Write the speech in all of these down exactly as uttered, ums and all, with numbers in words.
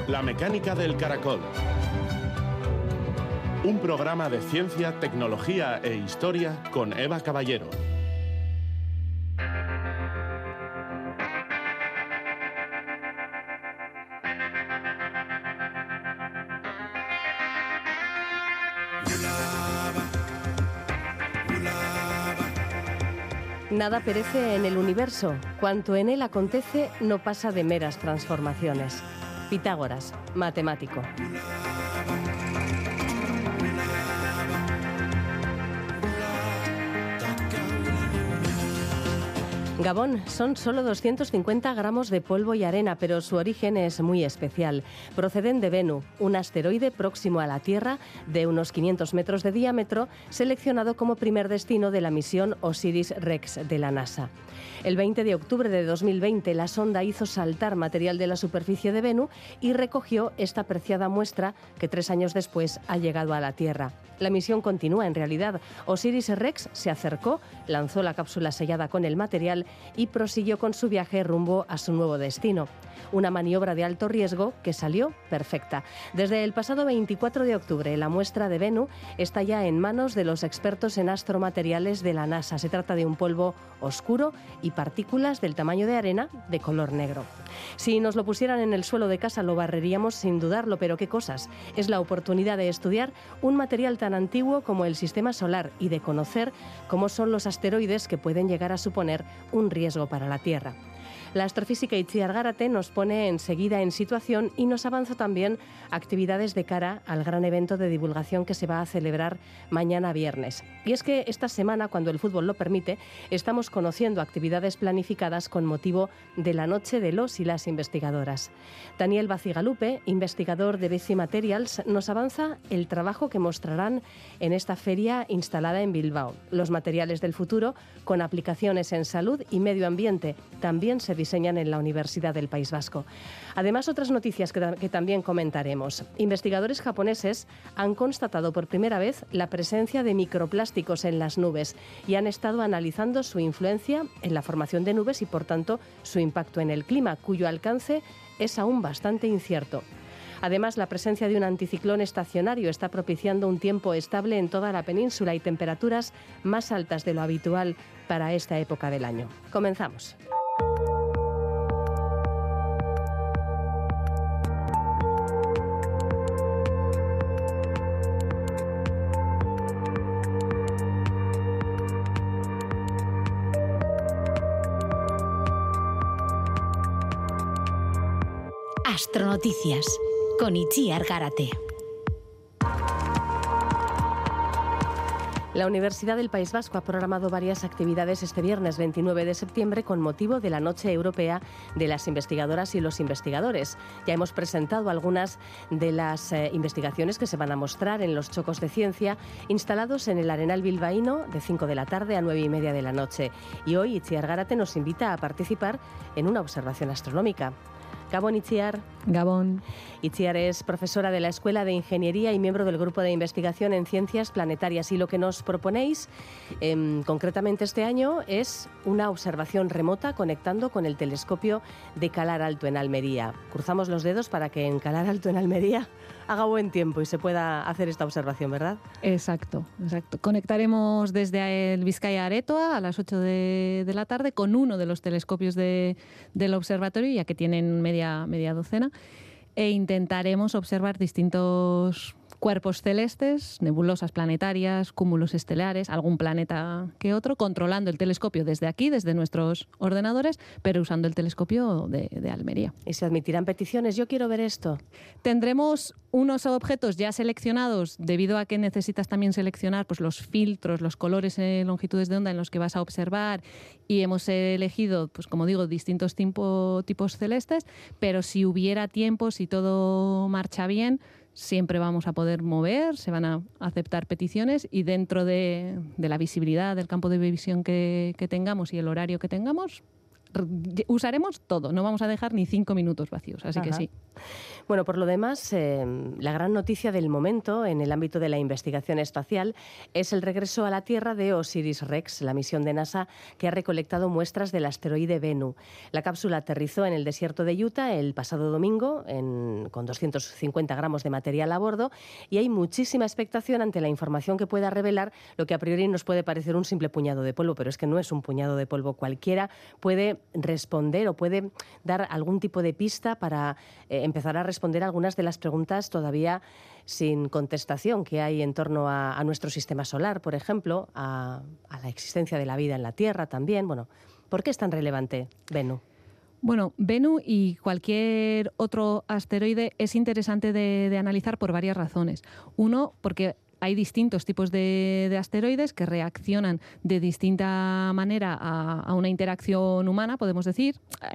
La mecánica del caracol. Un programa de ciencia, tecnología e historia con Eva Caballero. Nada perece en el universo. Cuanto en él acontece no pasa de meras transformaciones. Pitágoras, matemático. Gabón son solo doscientos cincuenta gramos de polvo y arena, pero su origen es muy especial. Proceden de Bennu, un asteroide próximo a la Tierra de unos quinientos metros de diámetro, seleccionado como primer destino de la misión Osiris-Rex de la NASA. El veinte de octubre de dos mil veinte, la sonda hizo saltar material de la superficie de Bennu y recogió esta preciada muestra que tres años después ha llegado a la Tierra. La misión continúa en realidad. Osiris-Rex se acercó, lanzó la cápsula sellada con el material y prosiguió con su viaje rumbo a su nuevo destino. Una maniobra de alto riesgo que salió perfecta. Desde el pasado veinticuatro de octubre, la muestra de Bennu está ya en manos de los expertos en astromateriales de la NASA. Se trata de un polvo oscuro y partículas del tamaño de arena de color negro. Si nos lo pusieran en el suelo de casa lo barreríamos sin dudarlo, pero ¿qué cosas? Es la oportunidad de estudiar un material tan antiguo como el Sistema Solar y de conocer cómo son los asteroides que pueden llegar a suponer un riesgo para la Tierra. La astrofísica Itziar Gárate nos pone enseguida en situación y nos avanza también actividades de cara al gran evento de divulgación que se va a celebrar mañana viernes. Y es que esta semana, cuando el fútbol lo permite, estamos conociendo actividades planificadas con motivo de la Noche de los y las investigadoras. Daniel Bacigalupe, investigador de B C Materials, nos avanza el trabajo que mostrarán en esta feria instalada en Bilbao. Los materiales del futuro con aplicaciones en salud y medio ambiente también se diseñan en la Universidad del País Vasco. Además, otras noticias que, que también comentaremos. Investigadores japoneses han constatado por primera vez la presencia de microplásticos en las nubes y han estado analizando su influencia en la formación de nubes y, por tanto, su impacto en el clima, cuyo alcance es aún bastante incierto. Además, la presencia de un anticiclón estacionario está propiciando un tiempo estable en toda la península y temperaturas más altas de lo habitual para esta época del año. Comenzamos. Astronoticias con Itziar Gárate. La Universidad del País Vasco ha programado varias actividades este viernes veintinueve de septiembre con motivo de la Noche Europea de las Investigadoras y los Investigadores. Ya hemos presentado algunas de las eh, investigaciones que se van a mostrar en los chocos de ciencia instalados en el Arenal bilbaíno de cinco de la tarde a nueve y media de la noche. Y hoy Itziar Gárate nos invita a participar en una observación astronómica. Gabón, Itziar. Gabón. Itziar es profesora de la Escuela de Ingeniería y miembro del Grupo de Investigación en Ciencias Planetarias. Y lo que nos proponéis, eh, concretamente este año, es una observación remota conectando con el telescopio de Calar Alto en Almería. Cruzamos los dedos para que en Calar Alto en Almería haga buen tiempo y se pueda hacer esta observación, ¿verdad? Exacto, exacto. Conectaremos desde el Bizkaia Aretoa a las ocho de, de la tarde con uno de los telescopios de, del observatorio, ya que tienen media, media docena, e intentaremos observar distintos cuerpos celestes, nebulosas planetarias, cúmulos estelares, algún planeta que otro, controlando el telescopio desde aquí, desde nuestros ordenadores, pero usando el telescopio de, de Almería. ¿Y se admitirán peticiones? Yo quiero ver esto. Tendremos unos objetos ya seleccionados, debido a que necesitas también seleccionar pues, los filtros, los colores en longitudes de onda en los que vas a observar, y hemos elegido, pues como digo, distintos tipo, tipos celestes, pero si hubiera tiempo, si todo marcha bien, siempre vamos a poder mover, se van a aceptar peticiones y dentro de, de la visibilidad del campo de visión que, que tengamos y el horario que tengamos, usaremos todo, no vamos a dejar ni cinco minutos vacíos, así Ajá. que sí. Bueno, por lo demás, eh, la gran noticia del momento en el ámbito de la investigación espacial es el regreso a la Tierra de OSIRIS-REx, la misión de NASA que ha recolectado muestras del asteroide Bennu. La cápsula aterrizó en el desierto de Utah el pasado domingo en, con doscientos cincuenta gramos de material a bordo y hay muchísima expectación ante la información que pueda revelar lo que a priori nos puede parecer un simple puñado de polvo, pero es que no es un puñado de polvo. Cualquiera puede responder o puede dar algún tipo de pista para eh, empezar a responder algunas de las preguntas todavía sin contestación que hay en torno a, a nuestro sistema solar, por ejemplo, a, a la existencia de la vida en la Tierra también. Bueno, ¿por qué es tan relevante Bennu? Bueno, Bennu y cualquier otro asteroide es interesante de, de analizar por varias razones. Uno, porque hay distintos tipos de, de asteroides que reaccionan de distinta manera a, a una interacción humana, podemos decir.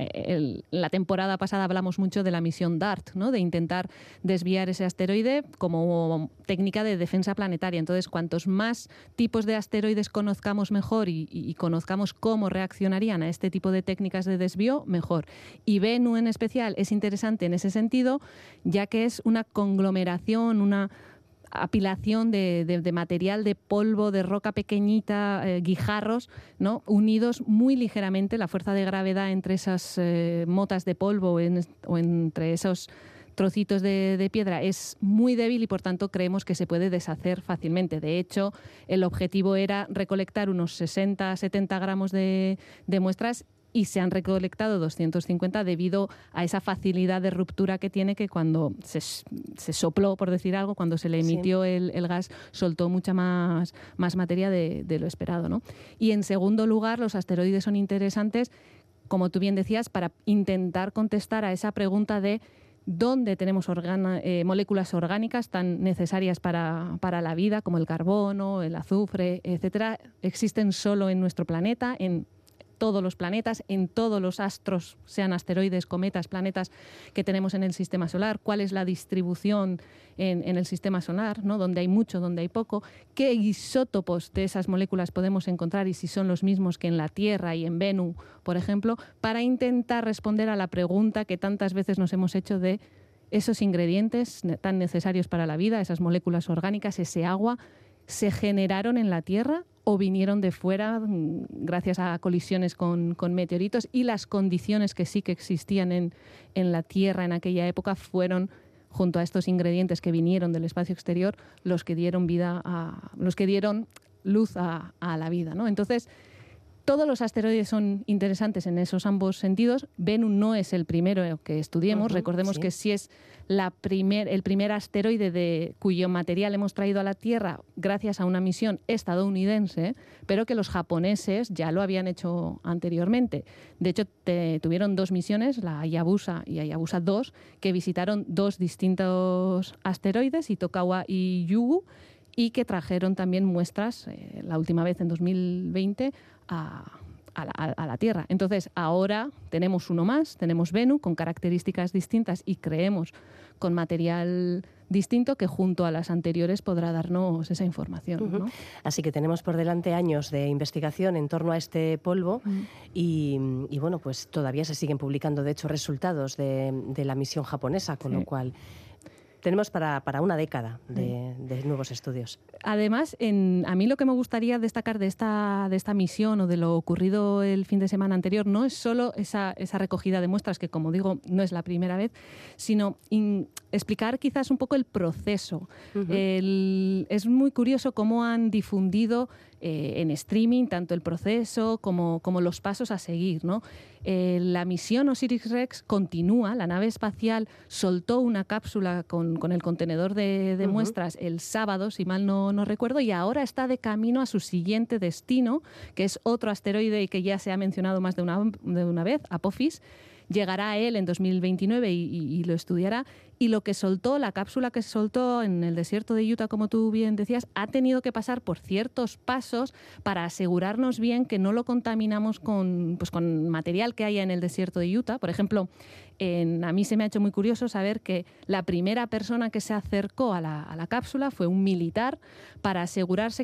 El, la temporada pasada hablamos mucho de la misión DART, ¿no? De intentar desviar ese asteroide como técnica de defensa planetaria. Entonces, cuantos más tipos de asteroides conozcamos mejor y, y, y conozcamos cómo reaccionarían a este tipo de técnicas de desvío, mejor. Y Bennu en especial es interesante en ese sentido, ya que es una conglomeración, una apilación de, de, de material, de polvo, de roca pequeñita, eh, guijarros, ¿no? Unidos muy ligeramente. La fuerza de gravedad entre esas eh, motas de polvo en, o entre esos trocitos de, de piedra es muy débil y, por tanto, creemos que se puede deshacer fácilmente. De hecho, el objetivo era recolectar unos sesenta a setenta gramos de, de muestras y se han recolectado doscientos cincuenta debido a esa facilidad de ruptura que tiene, que cuando se, se sopló, por decir algo, cuando se le emitió sí. el, el gas, soltó mucha más, más materia de, de lo esperado, ¿no? Y en segundo lugar, los asteroides son interesantes, como tú bien decías, para intentar contestar a esa pregunta de dónde tenemos organa, eh, moléculas orgánicas tan necesarias para, para la vida, como el carbono, el azufre, etcétera. Existen solo en nuestro planeta, en todos los planetas, en todos los astros, sean asteroides, cometas, planetas que tenemos en el sistema solar, cuál es la distribución en, en el sistema solar, ¿no? Donde hay mucho, donde hay poco, qué isótopos de esas moléculas podemos encontrar y si son los mismos que en la Tierra y en Bennu, por ejemplo, para intentar responder a la pregunta que tantas veces nos hemos hecho de esos ingredientes tan necesarios para la vida, esas moléculas orgánicas, ese agua, ¿se generaron en la Tierra o vinieron de fuera gracias a colisiones con, con meteoritos? Y las condiciones que sí que existían en, en la Tierra en aquella época fueron, junto a estos ingredientes que vinieron del espacio exterior, los que dieron vida a, los que dieron luz a, a la vida, ¿no? Entonces, todos los asteroides son interesantes en esos ambos sentidos. Bennu no es el primero que estudiemos. Uh-huh, Recordemos sí. que sí es la primer, el primer asteroide de, cuyo material hemos traído a la Tierra gracias a una misión estadounidense, pero que los japoneses ya lo habían hecho anteriormente. De hecho, te, tuvieron dos misiones, la Hayabusa y Hayabusa dos, que visitaron dos distintos asteroides, Itokawa y Yugu, y que trajeron también muestras, eh, la última vez en dos mil veinte, a, a, la, a la Tierra. Entonces, ahora tenemos uno más, tenemos Bennu, con características distintas y creemos con material distinto que junto a las anteriores podrá darnos esa información, uh-huh. ¿no? Así que tenemos por delante años de investigación en torno a este polvo uh-huh. y, y, bueno, pues todavía se siguen publicando, de hecho, resultados de, de la misión japonesa, con sí. lo cual tenemos para, para una década de, de nuevos estudios. Además, en, a mí lo que me gustaría destacar de esta, de esta misión o de lo ocurrido el fin de semana anterior no es solo esa, esa recogida de muestras, que como digo, no es la primera vez, sino in, explicar quizás un poco el proceso. Uh-huh. El, es muy curioso cómo han difundido eh, en streaming tanto el proceso como, como los pasos a seguir, ¿no? Eh, la misión OSIRIS-REx continúa, la nave espacial soltó una cápsula con, con el contenedor de, de uh-huh. muestras el sábado, si mal no, no recuerdo, y ahora está de camino a su siguiente destino, que es otro asteroide y que ya se ha mencionado más de una, de una vez, Apophis. Llegará a él en dos mil veintinueve y, y, y lo estudiará. Y lo que soltó, la cápsula que soltó en el desierto de Utah, como tú bien decías, ha tenido que pasar por ciertos pasos para asegurarnos bien que no lo contaminamos con, pues, con material que haya en el desierto de Utah. Por ejemplo, en, a mí se me ha hecho muy curioso saber que la primera persona que se acercó a la, a la cápsula fue un militar para asegurarse que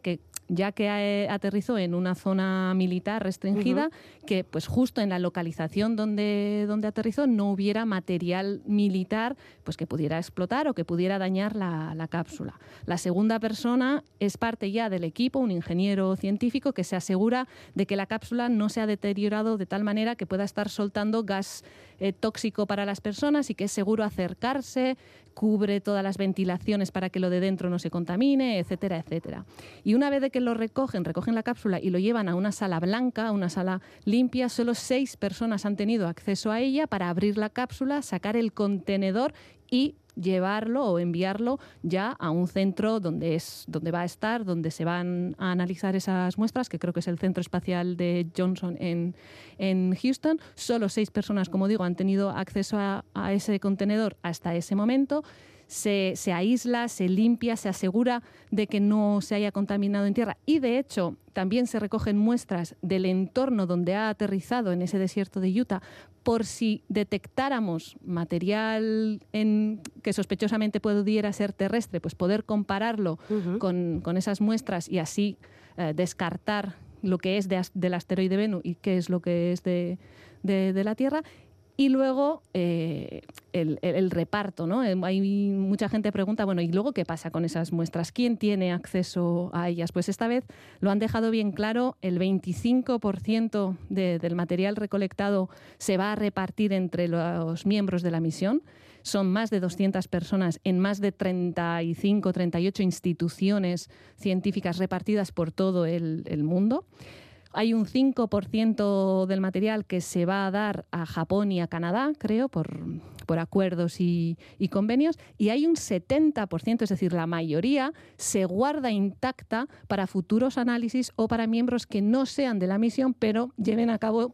ya que eh, aterrizó en una zona militar restringida, uh-huh. que pues justo en la localización donde, donde aterrizó no hubiera material militar pues que pudiera explotar o que pudiera dañar la, la cápsula. La segunda persona es parte ya del equipo, un ingeniero científico que se asegura de que la cápsula no se ha deteriorado de tal manera que pueda estar soltando gas eh, tóxico para las personas y que es seguro acercarse, cubre todas las ventilaciones para que lo de dentro no se contamine, etcétera, etcétera. Y una vez de que lo recogen, recogen la cápsula y lo llevan a una sala blanca, a una sala limpia, solo seis personas han tenido acceso a ella para abrir la cápsula, sacar el contenedor y llevarlo o enviarlo ya a un centro donde es donde va a estar, donde se van a analizar esas muestras, que creo que es el Centro Espacial de Johnson en, en Houston. Solo seis personas, como digo, han tenido acceso a, a ese contenedor hasta ese momento. Se, se aísla, se limpia, se asegura de que no se haya contaminado en tierra y, de hecho, también se recogen muestras del entorno donde ha aterrizado en ese desierto de Utah por si detectáramos material en, que sospechosamente pudiera ser terrestre, pues poder compararlo uh-huh. con, con esas muestras y así eh, descartar lo que es de, del asteroide Bennu y qué es lo que es de, de, de la Tierra. Y luego eh, el, el, el reparto, ¿no? Hay mucha gente que pregunta, bueno, ¿y luego qué pasa con esas muestras? ¿Quién tiene acceso a ellas? Pues esta vez lo han dejado bien claro, el veinticinco por ciento de, del material recolectado se va a repartir entre los miembros de la misión. Son más de doscientas personas en más de treinta y cinco, treinta y ocho instituciones científicas repartidas por todo el, el mundo. Hay un cinco por ciento del material que se va a dar a Japón y a Canadá, creo, por, por acuerdos y, y convenios, y hay un setenta por ciento, es decir, la mayoría, se guarda intacta para futuros análisis o para miembros que no sean de la misión, pero lleven a cabo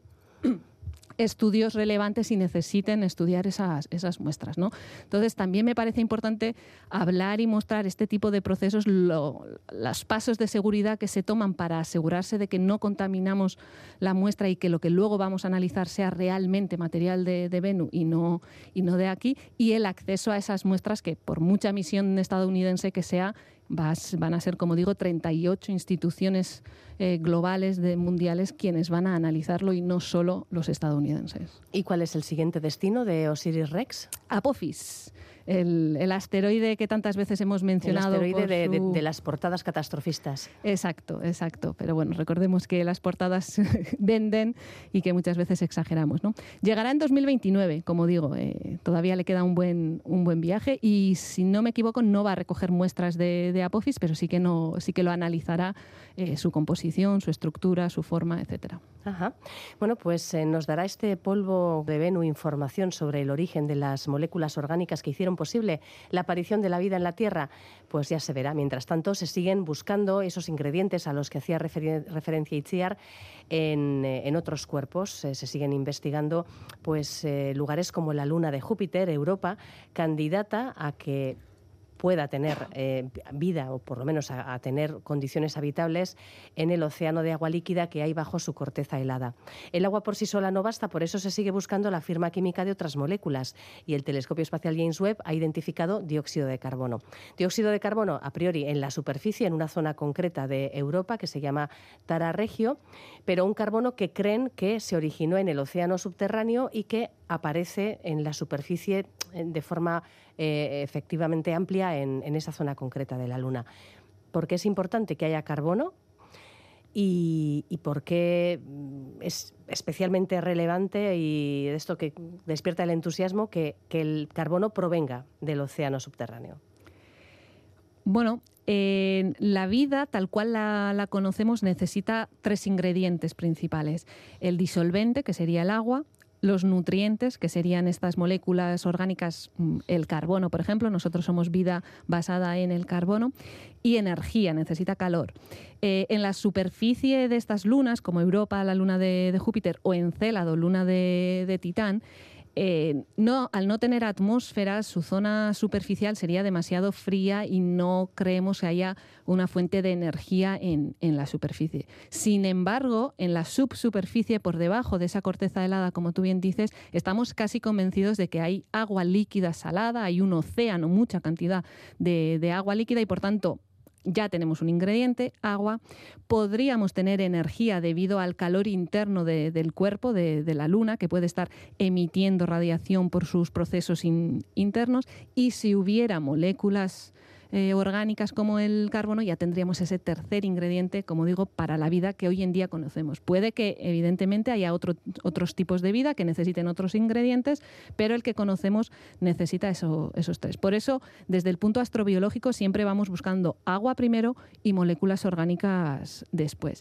estudios relevantes y necesiten estudiar esas, esas muestras, ¿no? Entonces, también me parece importante hablar y mostrar este tipo de procesos, lo, los pasos de seguridad que se toman para asegurarse de que no contaminamos la muestra y que lo que luego vamos a analizar sea realmente material de, de Bennu y no, y no de aquí, y el acceso a esas muestras que, por mucha misión estadounidense que sea, Vas, van a ser, como digo, treinta y ocho instituciones eh, globales, de, mundiales, quienes van a analizarlo y no solo los estadounidenses. ¿Y cuál es el siguiente destino de Osiris-Rex? Apophis. El, el asteroide que tantas veces hemos mencionado. El asteroide por su... de, de, de las portadas catastrofistas. Exacto, exacto. Pero bueno, recordemos que las portadas venden y que muchas veces exageramos, ¿no? Llegará en dos mil veintinueve, como digo, eh, todavía le queda un buen, un buen viaje y, si no me equivoco, no va a recoger muestras de, de Apophis, pero sí que, no, sí que lo analizará, eh, su composición, su estructura, su forma, etcétera. Ajá. Bueno, pues eh, nos dará este polvo de Bennu información sobre el origen de las moléculas orgánicas que hicieron posible la aparición de la vida en la Tierra. Pues ya se verá. Mientras tanto, se siguen buscando esos ingredientes a los que hacía refer- referencia Itziar en, eh, en otros cuerpos. Eh, se siguen investigando pues eh, lugares como la luna de Júpiter, Europa, candidata a que pueda tener eh, vida o por lo menos a, a tener condiciones habitables en el océano de agua líquida que hay bajo su corteza helada. El agua por sí sola no basta, por eso se sigue buscando la firma química de otras moléculas y el telescopio espacial James Webb ha identificado dióxido de carbono. Dióxido de carbono a priori en la superficie, en una zona concreta de Europa que se llama Tara Regio, pero un carbono que creen que se originó en el océano subterráneo y que aparece en la superficie de forma eh, efectivamente amplia en, en esa zona concreta de la Luna. ¿Por qué es importante que haya carbono? Y, y por qué es especialmente relevante y esto que despierta el entusiasmo que, que el carbono provenga del océano subterráneo. Bueno, eh, la vida, tal cual la, la conocemos, necesita tres ingredientes principales. El disolvente, que sería el agua, los nutrientes, que serían estas moléculas orgánicas, el carbono, por ejemplo, nosotros somos vida basada en el carbono, y energía, necesita calor. Eh, en la superficie de estas lunas, como Europa, la luna de, de Júpiter, o Encélado, luna de, de Titán, Eh, no, al no tener atmósfera, su zona superficial sería demasiado fría y no creemos que haya una fuente de energía en, en la superficie. Sin embargo, en la subsuperficie, por debajo de esa corteza helada, como tú bien dices, estamos casi convencidos de que hay agua líquida salada, hay un océano, mucha cantidad de, de agua líquida y, por tanto, ya tenemos un ingrediente, agua. Podríamos tener energía debido al calor interno de, del cuerpo, de, de la Luna, que puede estar emitiendo radiación por sus procesos in, internos. Y si hubiera moléculas Eh, orgánicas como el carbono, ya tendríamos ese tercer ingrediente, como digo, para la vida que hoy en día conocemos. Puede que, evidentemente, haya otro, otros tipos de vida que necesiten otros ingredientes, pero el que conocemos necesita eso, esos tres. Por eso, desde el punto astrobiológico, siempre vamos buscando agua primero y moléculas orgánicas después.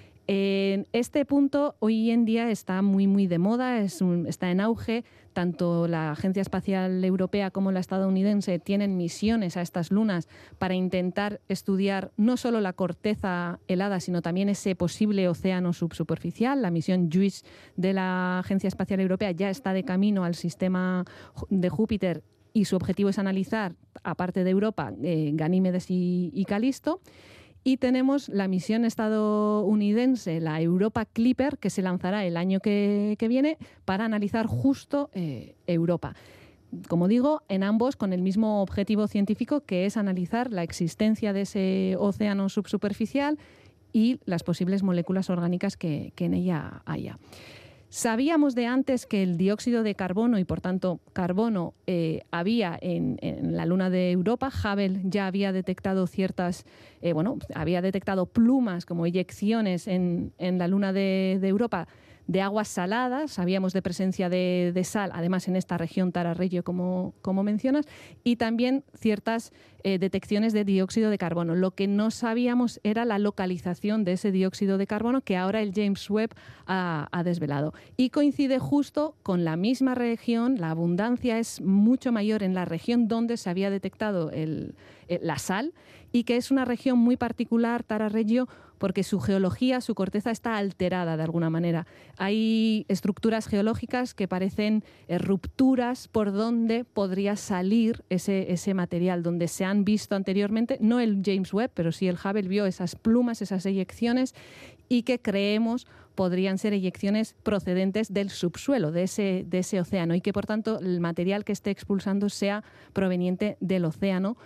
En este punto hoy en día está muy muy de moda, es un, está en auge. Tanto la Agencia Espacial Europea como la estadounidense tienen misiones a estas lunas para intentar estudiar no solo la corteza helada, sino también ese posible océano subsuperficial. La misión JUICE de la Agencia Espacial Europea ya está de camino al sistema de Júpiter y su objetivo es analizar, aparte de Europa, eh, Ganímedes y, y Calisto. Y tenemos la misión estadounidense, la Europa Clipper, que se lanzará el año que, que viene para analizar justo eh, Europa. Como digo, en ambos con el mismo objetivo científico, que es analizar la existencia de ese océano subsuperficial y las posibles moléculas orgánicas que, que en ella haya. Sabíamos de antes que el dióxido de carbono y, por tanto, carbono eh, había en, en la luna de Europa. Hubble ya había detectado ciertas, eh, bueno, había detectado plumas como eyecciones en, en la luna de, de Europa de aguas saladas. Sabíamos de presencia de, de sal, además en esta región Tara Reggio, como, como mencionas, y también ciertas eh, detecciones de dióxido de carbono. Lo que no sabíamos era la localización de ese dióxido de carbono, que ahora el James Webb ha, ha desvelado. Y coincide justo con la misma región, la abundancia es mucho mayor en la región donde se había detectado el, el, la sal, y que es una región muy particular, Tara Reggio, porque su geología, su corteza está alterada de alguna manera. Hay estructuras geológicas que parecen eh, rupturas por donde podría salir ese, ese material, donde se han visto anteriormente, no el James Webb, pero sí el Hubble vio esas plumas, esas eyecciones, y que creemos podrían ser eyecciones procedentes del subsuelo, de ese, de ese océano, y que por tanto el material que esté expulsando sea proveniente del océano,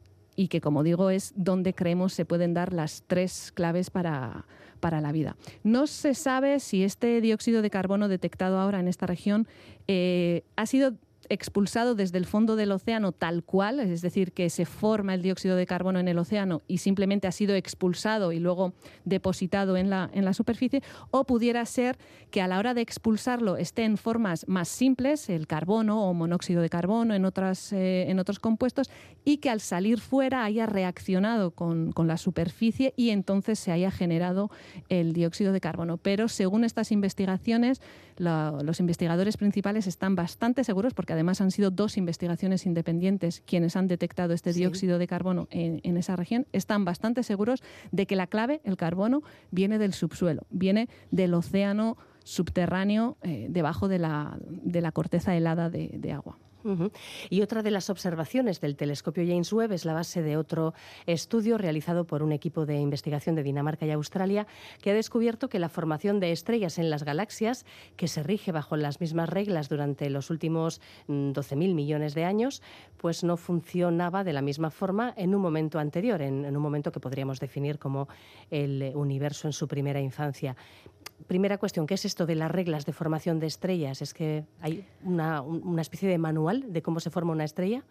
y que, como digo, es donde creemos se pueden dar las tres claves para, para la vida. No se sabe si este dióxido de carbono detectado ahora en esta región eh, ha sido expulsado desde el fondo del océano tal cual, es decir, que se forma el dióxido de carbono en el océano y simplemente ha sido expulsado y luego depositado en la, en la superficie, o pudiera ser que a la hora de expulsarlo esté en formas más simples, el carbono o monóxido de carbono en, otras, eh, en otros compuestos, y que al salir fuera haya reaccionado con, con la superficie y entonces se haya generado el dióxido de carbono. Pero según estas investigaciones, la, los investigadores principales están bastante seguros, porque además han sido dos investigaciones independientes quienes han detectado este sí. dióxido de carbono en, en esa región, están bastante seguros de que la clave, el carbono, viene del subsuelo, viene del océano subterráneo eh, debajo de la, de la corteza helada de, de agua. Uh-huh. Y otra de las observaciones del telescopio James Webb es la base de otro estudio realizado por un equipo de investigación de Dinamarca y Australia, que ha descubierto que la formación de estrellas en las galaxias, que se rige bajo las mismas reglas durante los últimos doce mil millones de años, pues no funcionaba de la misma forma en un momento anterior, en, en un momento que podríamos definir como el universo en su primera infancia. Primera cuestión, ¿qué es esto de las reglas de formación de estrellas? ¿Es que hay una, una especie de manual de cómo se forma una estrella?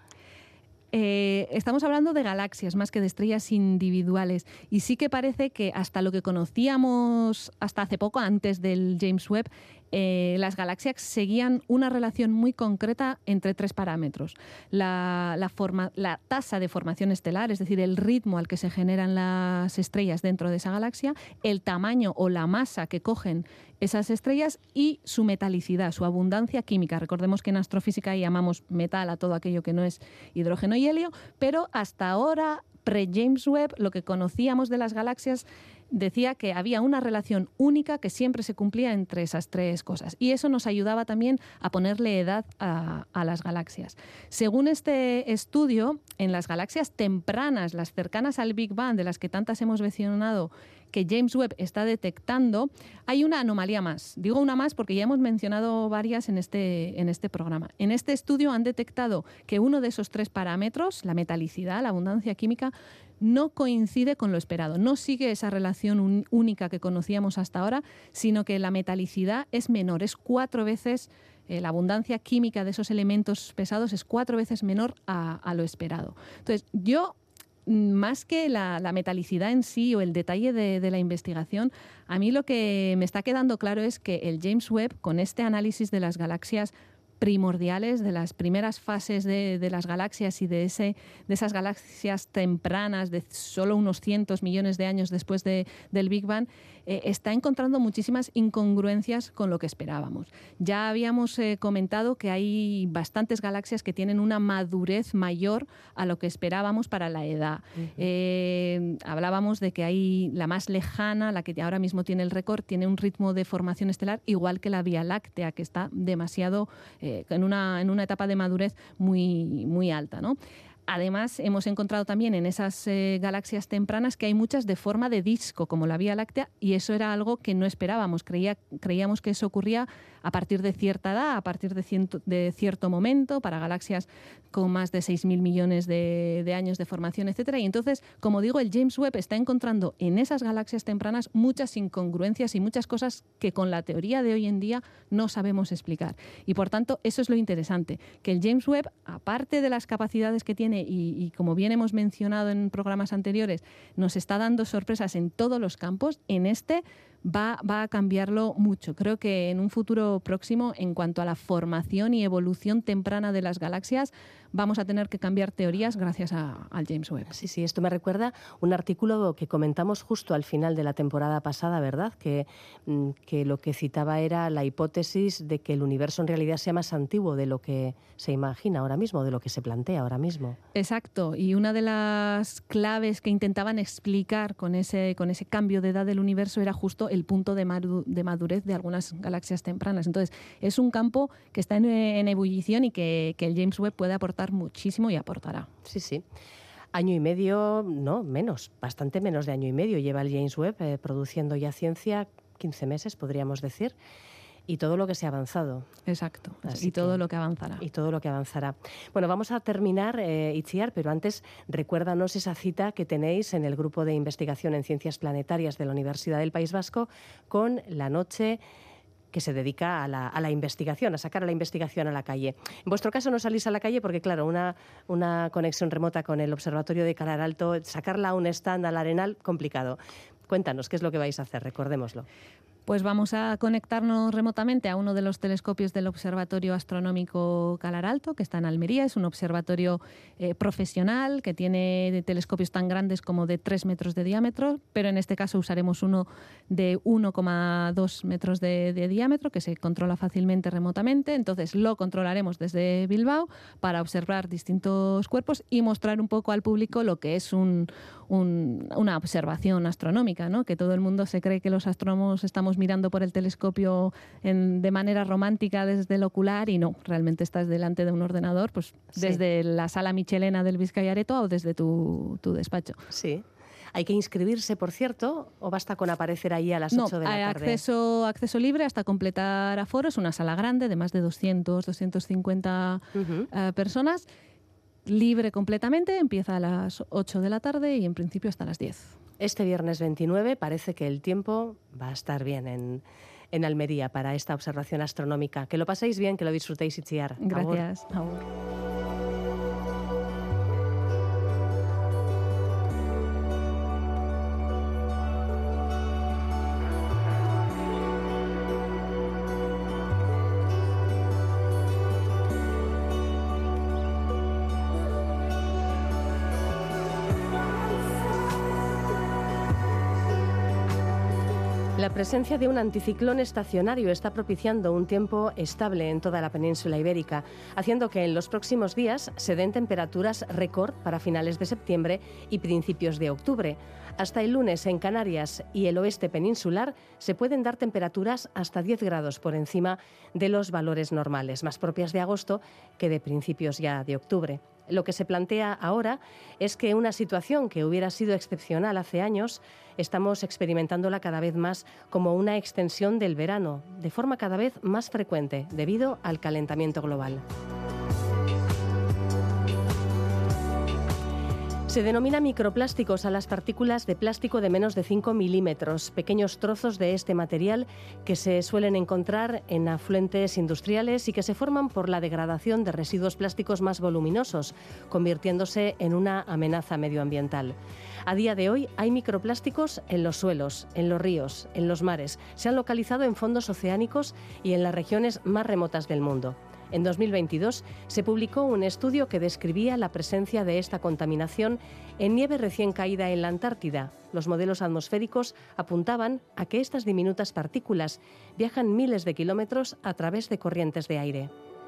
Eh, estamos hablando de galaxias más que de estrellas individuales, y sí que parece que hasta lo que conocíamos hasta hace poco, antes del James Webb, eh, las galaxias seguían una relación muy concreta entre tres parámetros. La, la, forma, la tasa de formación estelar, es decir, el ritmo al que se generan las estrellas dentro de esa galaxia, el tamaño o la masa que cogen esas estrellas y su metalicidad, su abundancia química. Recordemos que en astrofísica llamamos metal a todo aquello que no es hidrógeno y helio, pero hasta ahora, pre-James Webb, lo que conocíamos de las galaxias decía que había una relación única que siempre se cumplía entre esas tres cosas, y eso nos ayudaba también a ponerle edad a, a las galaxias. Según este estudio, en las galaxias tempranas, las cercanas al Big Bang, de las que tantas hemos mencionado, que James Webb está detectando, hay una anomalía más. Digo una más porque ya hemos mencionado varias en este, en este programa. En este estudio han detectado que uno de esos tres parámetros, la metalicidad, la abundancia química, no coincide con lo esperado, no sigue esa relación un, única que conocíamos hasta ahora, sino que la metalicidad es menor, es cuatro veces, eh, la abundancia química de esos elementos pesados es cuatro veces menor a, a lo esperado. Entonces, yo, más que la, la metalicidad en sí o el detalle de, de la investigación, a mí lo que me está quedando claro es que el James Webb, con este análisis de las galaxias primordiales, de las primeras fases de, de las galaxias y de, ese, de esas galaxias tempranas de solo unos cientos millones de años después de, del Big Bang, eh, está encontrando muchísimas incongruencias con lo que esperábamos. Ya habíamos eh, comentado que hay bastantes galaxias que tienen una madurez mayor a lo que esperábamos para la edad. Uh-huh. Eh, hablábamos de que hay la más lejana, la que ahora mismo tiene el récord, tiene un ritmo de formación estelar igual que la Vía Láctea, que está demasiado... Eh, En una, en una etapa de madurez muy, muy alta, ¿no? Además, hemos encontrado también en esas eh, galaxias tempranas que hay muchas de forma de disco, como la Vía Láctea, y eso era algo que no esperábamos. Creía, creíamos que eso ocurría a partir de cierta edad, a partir de, ciento, de cierto momento, para galaxias con más de seis mil millones de, de años de formación, etcétera. Y entonces, como digo, el James Webb está encontrando en esas galaxias tempranas muchas incongruencias y muchas cosas que con la teoría de hoy en día no sabemos explicar. Y por tanto, eso es lo interesante, que el James Webb, aparte de las capacidades que tiene y, y como bien hemos mencionado en programas anteriores, nos está dando sorpresas en todos los campos, en este va, va a cambiarlo mucho. Creo que en un futuro próximo, en cuanto a la formación y evolución temprana de las galaxias, vamos a tener que cambiar teorías gracias a, al James Webb. Sí, sí, esto me recuerda un artículo que comentamos justo al final de la temporada pasada, ¿verdad? Que, que lo que citaba era la hipótesis de que el universo en realidad sea más antiguo de lo que se imagina ahora mismo, de lo que se plantea ahora mismo. Exacto, y una de las claves que intentaban explicar con ese, con ese cambio de edad del universo era justo el punto de, madu- de madurez de algunas galaxias tempranas. Entonces, es un campo que está en, en ebullición y que, que el James Webb puede aportar muchísimo y aportará. Sí, sí. Año y medio, no, menos, bastante menos de año y medio lleva el James Webb eh, produciendo ya ciencia, quince meses podríamos decir, y todo lo que se ha avanzado. Exacto, Así y todo que, lo que avanzará. Y todo lo que avanzará. Bueno, vamos a terminar, eh, Itziar, pero antes recuérdanos esa cita que tenéis en el grupo de investigación en ciencias planetarias de la Universidad del País Vasco con la noche que se dedica a la, a la investigación, a sacar a la investigación a la calle. En vuestro caso no salís a la calle porque, claro, una, una conexión remota con el Observatorio de Calar Alto, sacarla a un stand al Arenal, complicado. Cuéntanos, ¿qué es lo que vais a hacer? Recordémoslo. Pues vamos a conectarnos remotamente a uno de los telescopios del Observatorio Astronómico Calar Alto, que está en Almería. Es un observatorio eh, profesional que tiene telescopios tan grandes como de tres metros de diámetro, pero en este caso usaremos uno de uno coma dos metros de, de diámetro, que se controla fácilmente remotamente. Entonces lo controlaremos desde Bilbao para observar distintos cuerpos y mostrar un poco al público lo que es un, un, una observación astronómica, ¿no? Que todo el mundo se cree que los astrónomos estamos mirando por el telescopio en, de manera romántica desde el ocular y no, realmente estás delante de un ordenador, pues sí, desde la sala Michelena del Vizcaya Aretoa o desde tu, tu despacho. Sí. ¿Hay que inscribirse, por cierto, o basta con aparecer ahí a las no, ocho de la hay tarde? Acceso, acceso libre hasta completar aforo. Es una sala grande de más de doscientos, doscientos cincuenta uh-huh. uh, personas. Libre completamente, empieza a las ocho de la tarde y en principio hasta las diez. Este viernes veintinueve parece que el tiempo va a estar bien en, en Almería para esta observación astronómica. Que lo paséis bien, que lo disfrutéis, Itziar. Gracias. Agur. Agur. La presencia de un anticiclón estacionario está propiciando un tiempo estable en toda la península ibérica, haciendo que en los próximos días se den temperaturas récord para finales de septiembre y principios de octubre. Hasta el lunes en Canarias y el oeste peninsular se pueden dar temperaturas hasta diez grados por encima de los valores normales, más propias de agosto que de principios ya de octubre. Lo que se plantea ahora es que una situación que hubiera sido excepcional hace años, estamos experimentándola cada vez más como una extensión del verano, de forma cada vez más frecuente, debido al calentamiento global. Se denomina microplásticos a las partículas de plástico de menos de cinco milímetros, pequeños trozos de este material que se suelen encontrar en afluentes industriales y que se forman por la degradación de residuos plásticos más voluminosos, convirtiéndose en una amenaza medioambiental. A día de hoy hay microplásticos en los suelos, en los ríos, en los mares. Se han localizado en fondos oceánicos y en las regiones más remotas del mundo. En dos mil veintidós se publicó un estudio que describía la presencia de esta contaminación en nieve recién caída en la Antártida. Los modelos atmosféricos apuntaban a que estas diminutas partículas viajan miles de kilómetros a través de corrientes de aire.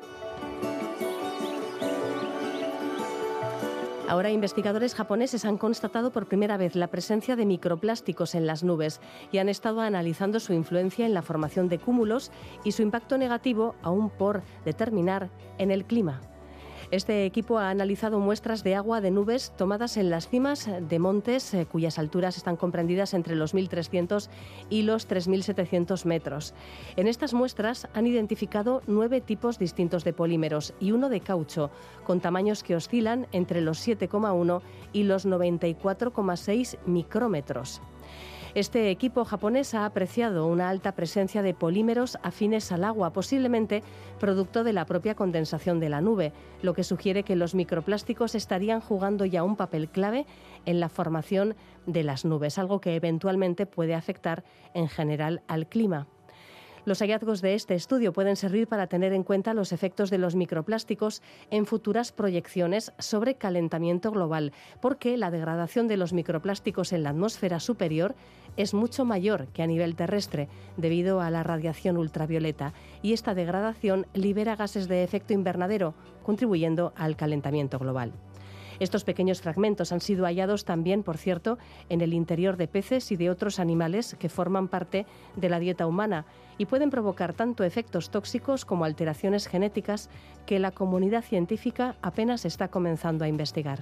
Ahora investigadores japoneses han constatado por primera vez la presencia de microplásticos en las nubes y han estado analizando su influencia en la formación de cúmulos y su impacto negativo, aún por determinar, en el clima. Este equipo ha analizado muestras de agua de nubes tomadas en las cimas de montes eh, cuyas alturas están comprendidas entre los mil trescientos y los tres mil setecientos metros. En estas muestras han identificado nueve tipos distintos de polímeros y uno de caucho, con tamaños que oscilan entre los siete coma uno y los noventa y cuatro coma seis micrómetros. Este equipo japonés ha apreciado una alta presencia de polímeros afines al agua, posiblemente producto de la propia condensación de la nube, lo que sugiere que los microplásticos estarían jugando ya un papel clave en la formación de las nubes, algo que eventualmente puede afectar en general al clima. Los hallazgos de este estudio pueden servir para tener en cuenta los efectos de los microplásticos en futuras proyecciones sobre calentamiento global, porque la degradación de los microplásticos en la atmósfera superior es mucho mayor que a nivel terrestre debido a la radiación ultravioleta, y esta degradación libera gases de efecto invernadero, contribuyendo al calentamiento global. Estos pequeños fragmentos han sido hallados también, por cierto, en el interior de peces y de otros animales que forman parte de la dieta humana y pueden provocar tanto efectos tóxicos como alteraciones genéticas que la comunidad científica apenas está comenzando a investigar.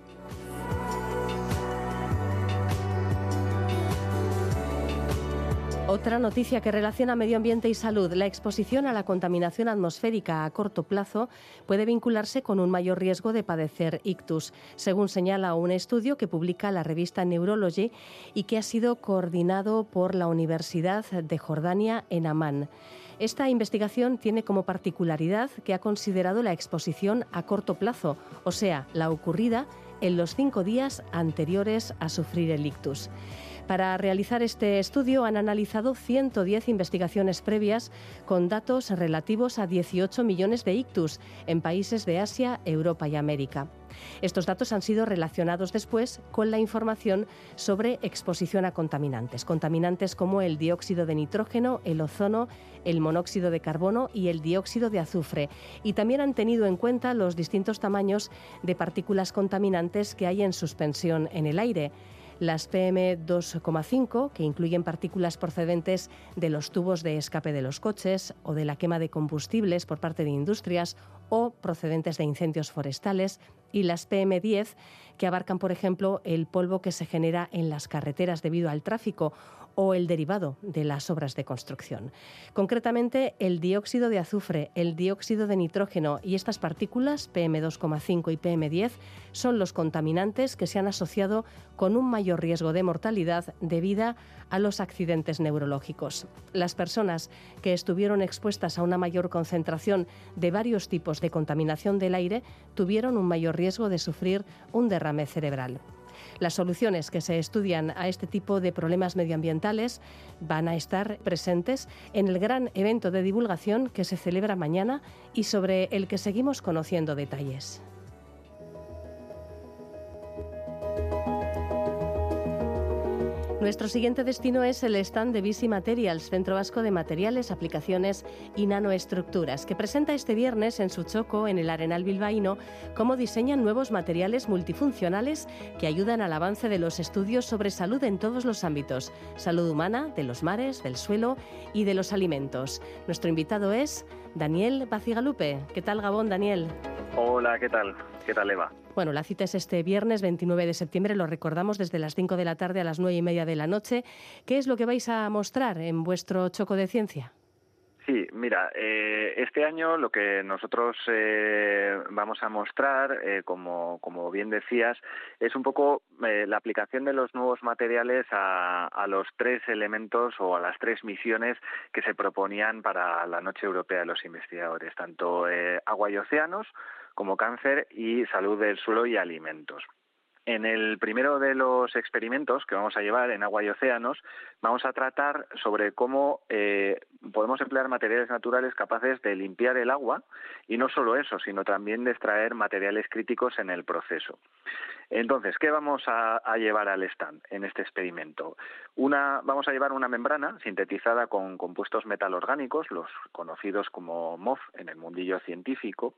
Otra noticia que relaciona medio ambiente y salud. La exposición a la contaminación atmosférica a corto plazo puede vincularse con un mayor riesgo de padecer ictus, según señala un estudio que publica la revista Neurology y que ha sido coordinado por la Universidad de Jordania en Amán. Esta investigación tiene como particularidad que ha considerado la exposición a corto plazo, o sea, la ocurrida en los cinco días anteriores a sufrir el ictus. Para realizar este estudio han analizado ciento diez investigaciones previas con datos relativos a dieciocho millones de ictus en países de Asia, Europa y América. Estos datos han sido relacionados después con la información sobre exposición a contaminantes, contaminantes como el dióxido de nitrógeno, el ozono, el monóxido de carbono y el dióxido de azufre. Y también han tenido en cuenta los distintos tamaños de partículas contaminantes que hay en suspensión en el aire. Las P M dos coma cinco, que incluyen partículas procedentes de los tubos de escape de los coches o de la quema de combustibles por parte de industrias o procedentes de incendios forestales, y las P M diez, que abarcan, por ejemplo, el polvo que se genera en las carreteras debido al tráfico o el derivado de las obras de construcción. Concretamente, el dióxido de azufre, el dióxido de nitrógeno y estas partículas, P M dos coma cinco y P M diez, son los contaminantes que se han asociado con un mayor riesgo de mortalidad debido a los accidentes neurológicos. Las personas que estuvieron expuestas a una mayor concentración de varios tipos de contaminación del aire tuvieron un mayor riesgo de sufrir un derrame cerebral. Las soluciones que se estudian a este tipo de problemas medioambientales van a estar presentes en el gran evento de divulgación que se celebra mañana y sobre el que seguimos conociendo detalles. Nuestro siguiente destino es el stand de Visi Materials, Centro Vasco de Materiales, Aplicaciones y Nanoestructuras, que presenta este viernes en su choco en el Arenal bilbaíno cómo diseñan nuevos materiales multifuncionales que ayudan al avance de los estudios sobre salud en todos los ámbitos, salud humana, de los mares, del suelo y de los alimentos. Nuestro invitado es Daniel Bacigalupe. ¿Qué tal, Gabón, Daniel? Hola, ¿qué tal? ¿Qué tal, Eva? Bueno, la cita es este viernes veintinueve de septiembre, lo recordamos, desde las cinco de la tarde a las nueve y media de la noche. ¿Qué es lo que vais a mostrar en vuestro choco de ciencia? Sí, mira, eh, este año lo que nosotros eh, vamos a mostrar, eh, como, como bien decías, es un poco eh, la aplicación de los nuevos materiales a, a los tres elementos o a las tres misiones que se proponían para la Noche Europea de los Investigadores, tanto eh, agua y océanos, como cáncer y salud del suelo y alimentos. En el primero de los experimentos que vamos a llevar en agua y océanos, vamos a tratar sobre cómo eh, podemos emplear materiales naturales capaces de limpiar el agua, y no solo eso, sino también de extraer materiales críticos en el proceso. Entonces, ¿qué vamos a, a llevar al stand en este experimento? Una, vamos a llevar una membrana sintetizada con compuestos metalorgánicos, los conocidos como M O F en el mundillo científico,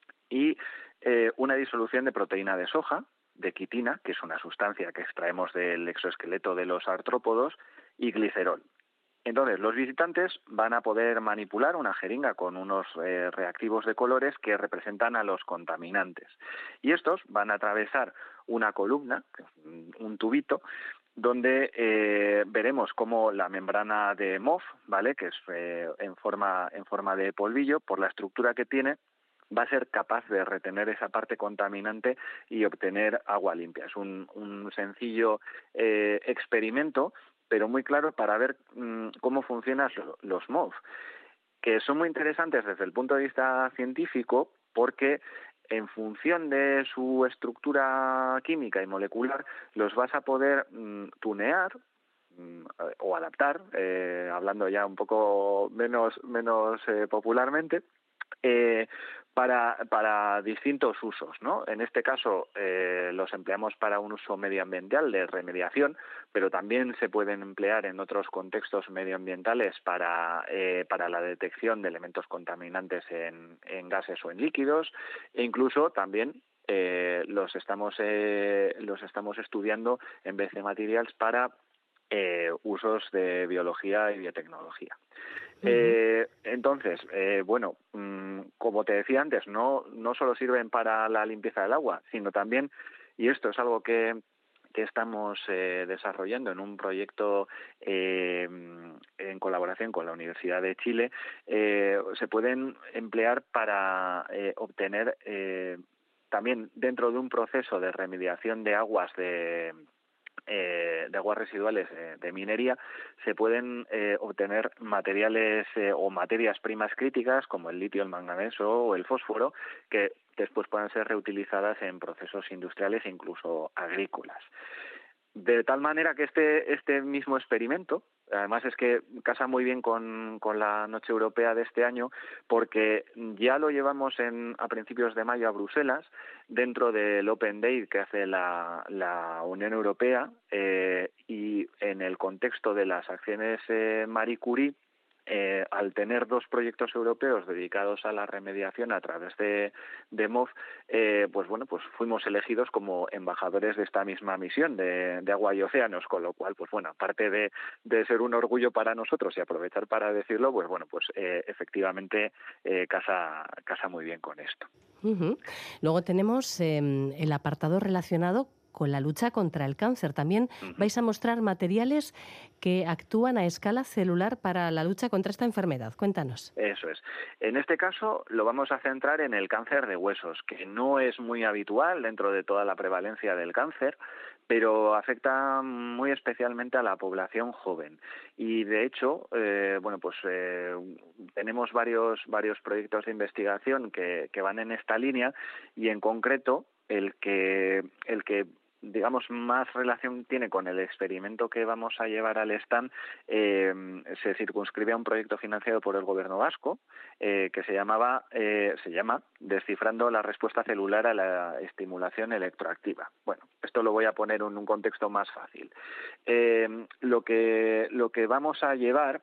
y eh, una disolución de proteína de soja, de quitina, que es una sustancia que extraemos del exoesqueleto de los artrópodos, y glicerol. Entonces, los visitantes van a poder manipular una jeringa con unos eh, reactivos de colores que representan a los contaminantes. Y estos van a atravesar una columna, un tubito, donde eh, veremos cómo la membrana de M O F, ¿vale?, que es eh, en forma, en forma de polvillo, por la estructura que tiene, va a ser capaz de retener esa parte contaminante y obtener agua limpia. Es un, un sencillo eh, experimento, pero muy claro para ver mmm, cómo funcionan los M O F, que son muy interesantes desde el punto de vista científico porque en función de su estructura química y molecular los vas a poder mmm, tunear mmm, o adaptar, eh, hablando ya un poco menos, menos eh, popularmente, Eh, para, para distintos usos, ¿no? En este caso eh, los empleamos para un uso medioambiental de remediación, pero también se pueden emplear en otros contextos medioambientales para, eh, para la detección de elementos contaminantes en, en gases o en líquidos, e incluso también eh, los estamos eh, los estamos estudiando en B C Materials para eh, usos de biología y biotecnología. Eh, entonces, eh, bueno, mmm, como te decía antes, no, no solo sirven para la limpieza del agua, sino también, y esto es algo que, que estamos eh, desarrollando en un proyecto eh, en colaboración con la Universidad de Chile, eh, se pueden emplear para eh, obtener eh, también dentro de un proceso de remediación de aguas de... Eh, de aguas residuales eh, de minería, se pueden eh, obtener materiales eh, o materias primas críticas como el litio, el manganeso o el fósforo, que después puedan ser reutilizadas en procesos industriales e incluso agrícolas. De tal manera que este, este mismo experimento, además es que casa muy bien con, con la Noche Europea de este año, porque ya lo llevamos en, a principios de mayo a Bruselas, dentro del Open Day que hace la, la Unión Europea, eh, y en el contexto de las acciones eh, Marie Curie, Eh, al tener dos proyectos europeos dedicados a la remediación a través de, de M O F, eh, pues bueno, pues fuimos elegidos como embajadores de esta misma misión de, de agua y océanos, con lo cual, pues bueno, aparte de, de ser un orgullo para nosotros y aprovechar para decirlo, pues bueno, pues eh, efectivamente eh, casa, casa muy bien con esto. Uh-huh. Luego tenemos eh, el apartado relacionado con la lucha contra el cáncer. También uh-huh. vais a mostrar materiales que actúan a escala celular para la lucha contra esta enfermedad. Cuéntanos. Eso es. En este caso lo vamos a centrar en el cáncer de huesos, que no es muy habitual dentro de toda la prevalencia del cáncer, pero afecta muy especialmente a la población joven. Y de hecho, eh, bueno, pues eh, tenemos varios varios proyectos de investigación que, que van en esta línea, y en concreto el que el que digamos, más relación tiene con el experimento que vamos a llevar al stand, eh, se circunscribe a un proyecto financiado por el gobierno vasco, eh, que se llamaba, eh, se llama Descifrando la respuesta celular a la estimulación electroactiva. Bueno, esto lo voy a poner en un contexto más fácil. Eh, lo que, lo que vamos a llevar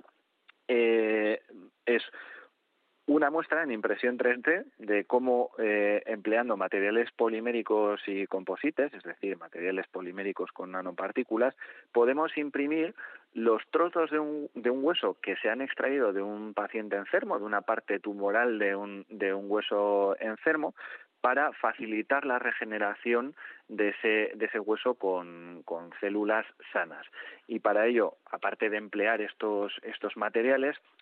eh, es una muestra en impresión tres D de cómo, eh, empleando materiales poliméricos y composites, es decir, materiales poliméricos con nanopartículas, podemos imprimir los trozos de un, de un hueso que se han extraído de un paciente enfermo, de una parte tumoral de un, de un hueso enfermo, para facilitar la regeneración de ese, de ese hueso con, con células sanas. Y para ello, aparte de emplear estos, estos materiales,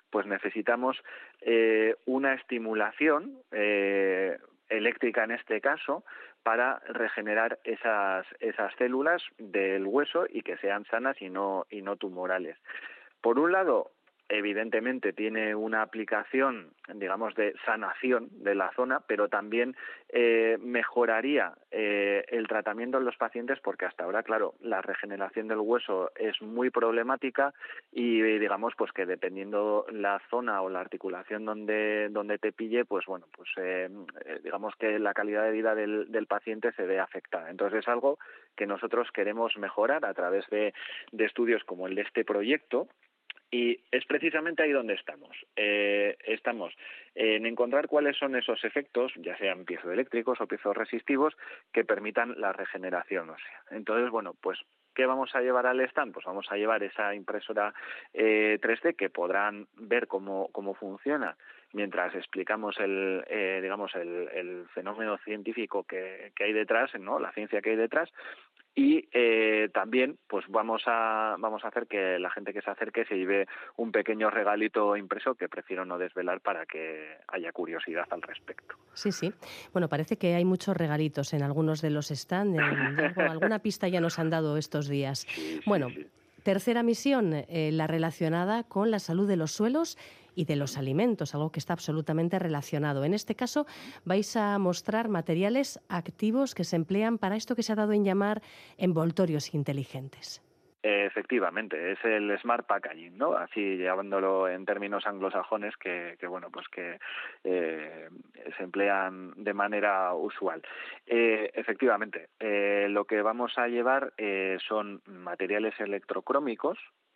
pues necesitamos eh, una estimulación eh, eléctrica en este caso para regenerar esas esas células del hueso y que sean sanas y no y no tumorales. Por un lado, evidentemente tiene una aplicación, digamos, de sanación de la zona, pero también eh, mejoraría eh, el tratamiento en los pacientes, porque hasta ahora, claro, la regeneración del hueso es muy problemática y digamos pues que dependiendo la zona o la articulación donde donde te pille, pues bueno, pues eh, digamos que la calidad de vida del, del paciente se ve afectada. Entonces es algo que nosotros queremos mejorar a través de, de estudios como el de este proyecto. Y es precisamente ahí donde estamos. Eh, estamos en encontrar cuáles son esos efectos, ya sean piezoeléctricos o piezoresistivos, que permitan la regeneración ósea. Entonces, bueno, pues, ¿qué vamos a llevar al stand? Pues vamos a llevar esa impresora eh, tres D que podrán ver cómo, cómo funciona mientras explicamos el, eh, digamos, el, el fenómeno científico que, que hay detrás, ¿no? La ciencia que hay detrás. Y eh, también pues vamos a vamos a hacer que la gente que se acerque se lleve un pequeño regalito impreso que prefiero no desvelar para que haya curiosidad al respecto. Sí, sí. Bueno, parece que hay muchos regalitos en algunos de los stands. Alguna pista ya nos han dado estos días. Sí, bueno, sí, sí. Tercera misión, eh, la relacionada con la salud de los suelos y de los alimentos, algo que está absolutamente relacionado. En este caso, vais a mostrar materiales activos que se emplean para esto que se ha dado en llamar envoltorios inteligentes. Efectivamente, es el Smart Packaging, ¿no? Así llevándolo en términos anglosajones que, que bueno, pues que eh, se emplean de manera usual. Eh, efectivamente, eh, lo que vamos a llevar eh, son materiales electrocrómicos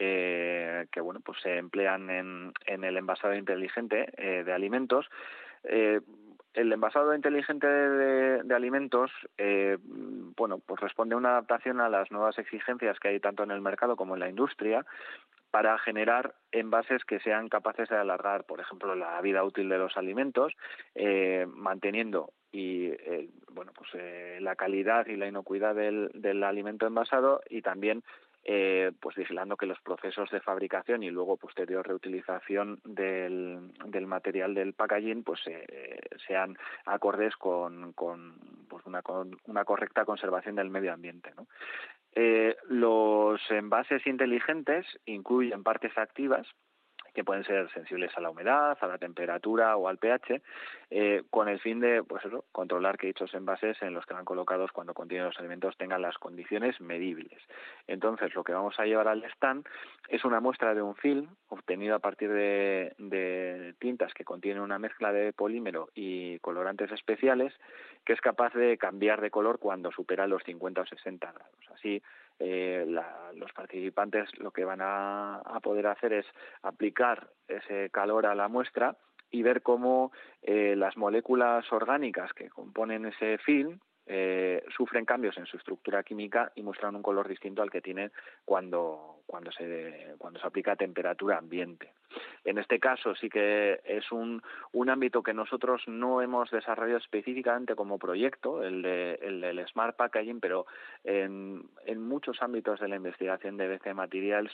eh, que bueno, pues se emplean en, en el envasado inteligente eh, de alimentos. Eh, El envasado inteligente de, de alimentos, eh, bueno, pues responde a una adaptación a las nuevas exigencias que hay tanto en el mercado como en la industria para generar envases que sean capaces de alargar, por ejemplo, la vida útil de los alimentos, eh, manteniendo y eh, bueno, pues eh, la calidad y la inocuidad del, del alimento envasado y también Eh, pues vigilando que los procesos de fabricación y luego posterior reutilización del, del material del packaging pues eh, sean acordes con, con pues una, con una correcta conservación del medio ambiente, ¿no? Eh, los envases inteligentes incluyen partes activas que pueden ser sensibles a la humedad, a la temperatura o al pH, eh, con el fin de pues eso, controlar que dichos envases en los que van colocados cuando contienen los alimentos tengan las condiciones medibles. Entonces, lo que vamos a llevar al stand es una muestra de un film obtenido a partir de, de tintas que contienen una mezcla de polímero y colorantes especiales que es capaz de cambiar de color cuando supera los cincuenta o sesenta grados. Así, eh, la, los participantes lo que van a, a poder hacer es aplicar ese calor a la muestra y ver cómo eh, las moléculas orgánicas que componen ese film eh, sufren cambios en su estructura química y muestran un color distinto al que tienen cuando cuando se cuando se aplica a temperatura ambiente. En este caso sí que es un, un ámbito que nosotros no hemos desarrollado específicamente como proyecto, el, de, el del Smart Packaging, pero en, en muchos ámbitos de la investigación de B C Materials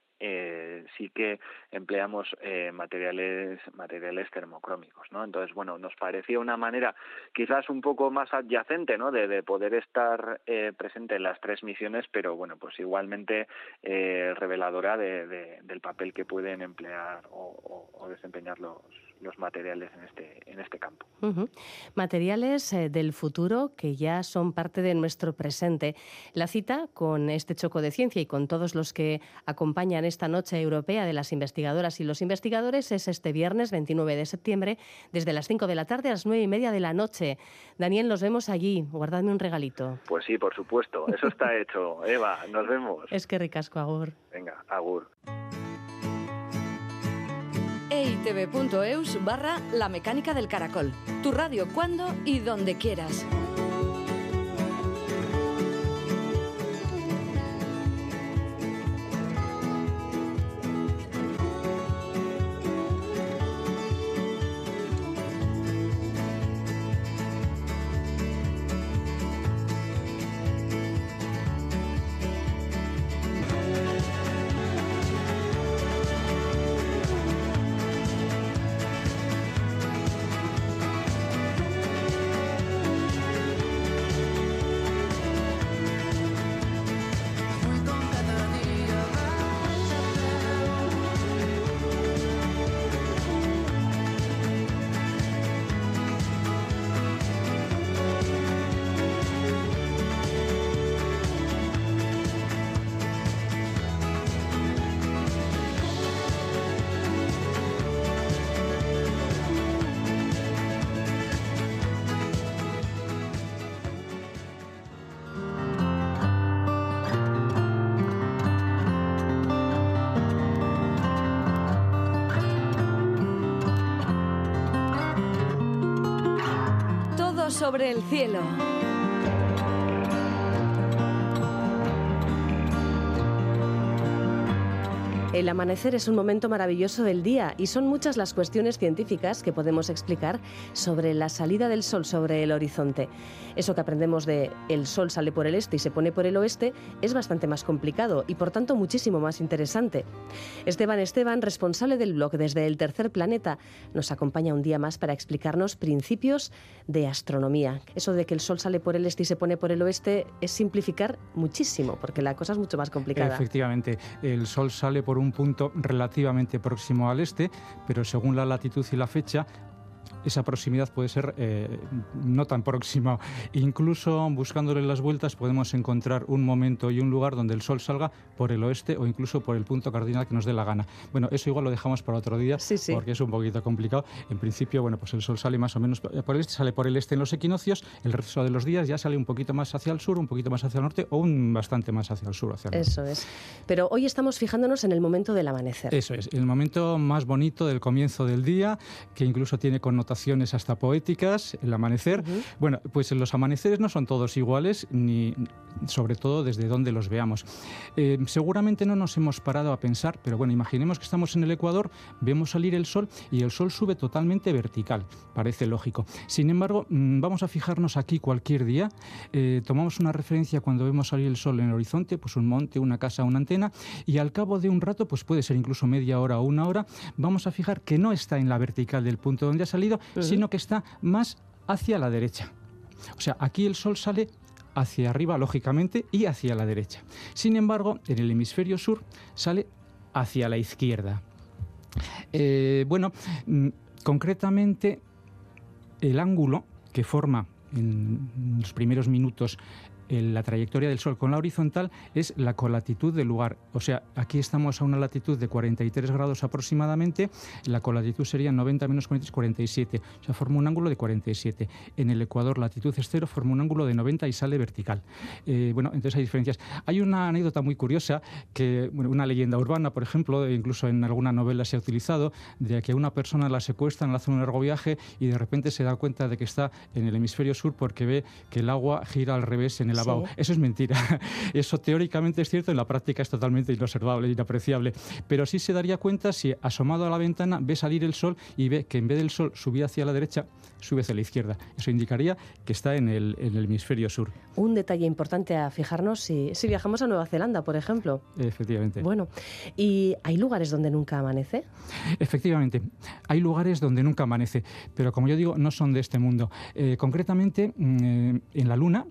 Eh, sí que empleamos eh, materiales materiales termocrómicos, ¿no? Entonces, bueno, nos parecía una manera quizás un poco más adyacente, ¿no? De, de poder estar eh, presente en las tres misiones, pero bueno, pues igualmente eh, reveladora de, de, del papel que pueden emplear o, o, o desempeñar los, los materiales en este en este campo. Uh-huh. Materiales eh, del futuro que ya son parte de nuestro presente. La cita con este Choco de Ciencia y con todos los que acompañan esta Noche Europea de las Investigadoras y los Investigadores es este viernes veintinueve de septiembre desde las cinco de la tarde a las nueve y media de la noche. Daniel, nos vemos allí. Guardadme un regalito. Pues sí, por supuesto. Eso está hecho. Eva, nos vemos. Es que ricasco, agur. Venga, agur. eitv.eus barra La Mecánica del Caracol. Tu radio cuando y donde quieras. sobre el cielo. El amanecer es un momento maravilloso del día y son muchas las cuestiones científicas que podemos explicar sobre la salida del sol sobre el horizonte. Eso que aprendemos de el sol sale por el este y se pone por el oeste es bastante más complicado y por tanto muchísimo más interesante. Esteban Esteban, responsable del blog Desde el Tercer Planeta, nos acompaña un día más para explicarnos principios de astronomía. Eso de que el sol sale por el este y se pone por el oeste es simplificar muchísimo porque la cosa es mucho más complicada. Efectivamente, el sol sale por un un punto relativamente próximo al este, pero según la latitud y la fecha, esa proximidad puede ser eh, no tan próxima. Incluso buscándole las vueltas podemos encontrar un momento y un lugar donde el sol salga por el oeste o incluso por el punto cardinal que nos dé la gana. Bueno, eso igual lo dejamos para otro día, sí, sí. porque es un poquito complicado. En principio, bueno, pues el sol sale más o menos por el este, sale por el este en los equinoccios, el resto de los días ya sale un poquito más hacia el sur, un poquito más hacia el norte o un bastante más hacia el sur. Hacia el eso norte. Es. Pero hoy estamos fijándonos en el momento del amanecer. Eso es, el momento más bonito del comienzo del día, que incluso tiene connotaciones hasta poéticas, el amanecer. Uh-huh. Bueno, pues los amaneceres no son todos iguales, ni sobre todo desde donde los veamos. Eh, seguramente no nos hemos parado a pensar, pero bueno, imaginemos que estamos en el Ecuador, vemos salir el sol y el sol sube totalmente vertical, parece lógico. Sin embargo, mmm, vamos a fijarnos aquí cualquier día, eh, tomamos una referencia cuando vemos salir el sol en el horizonte, pues un monte, una casa, una antena, y al cabo de un rato, pues puede ser incluso media hora o una hora, vamos a fijar que no está en la vertical del punto donde ha salido, uh-huh. sino que está más hacia la derecha. O sea, aquí el sol sale hacia arriba, lógicamente, y hacia la derecha. Sin embargo, en el hemisferio sur sale hacia la izquierda. Eh, bueno, mm, concretamente, el ángulo que forma en los primeros minutos la trayectoria del Sol con la horizontal es la colatitud del lugar. O sea, aquí estamos a una latitud de cuarenta y tres grados aproximadamente, la colatitud sería noventa menos cuarenta y tres, cuarenta y siete. O sea, forma un ángulo de cuarenta y siete. En el Ecuador, latitud es cero, forma un ángulo de noventa y sale vertical. Eh, bueno, entonces hay diferencias. Hay una anécdota muy curiosa, que bueno, una leyenda urbana, por ejemplo, incluso en alguna novela se ha utilizado, de que a una persona la secuestran, le hacen un largo viaje y de repente se da cuenta de que está en el hemisferio sur porque ve que el agua gira al revés en el lavabo. Sí. Eso es mentira. Eso teóricamente es cierto, en la práctica es totalmente inobservable, inapreciable. Pero sí se daría cuenta si asomado a la ventana ve salir el sol y ve que en vez del sol subir hacia la derecha, sube hacia la izquierda. Eso indicaría que está en el, en el hemisferio sur. Un detalle importante a fijarnos si, si viajamos a Nueva Zelanda, por ejemplo. Efectivamente. Bueno, ¿y hay lugares donde nunca amanece? Efectivamente, hay lugares donde nunca amanece, pero como yo digo, no son de este mundo. Eh, concretamente, eh, en la Luna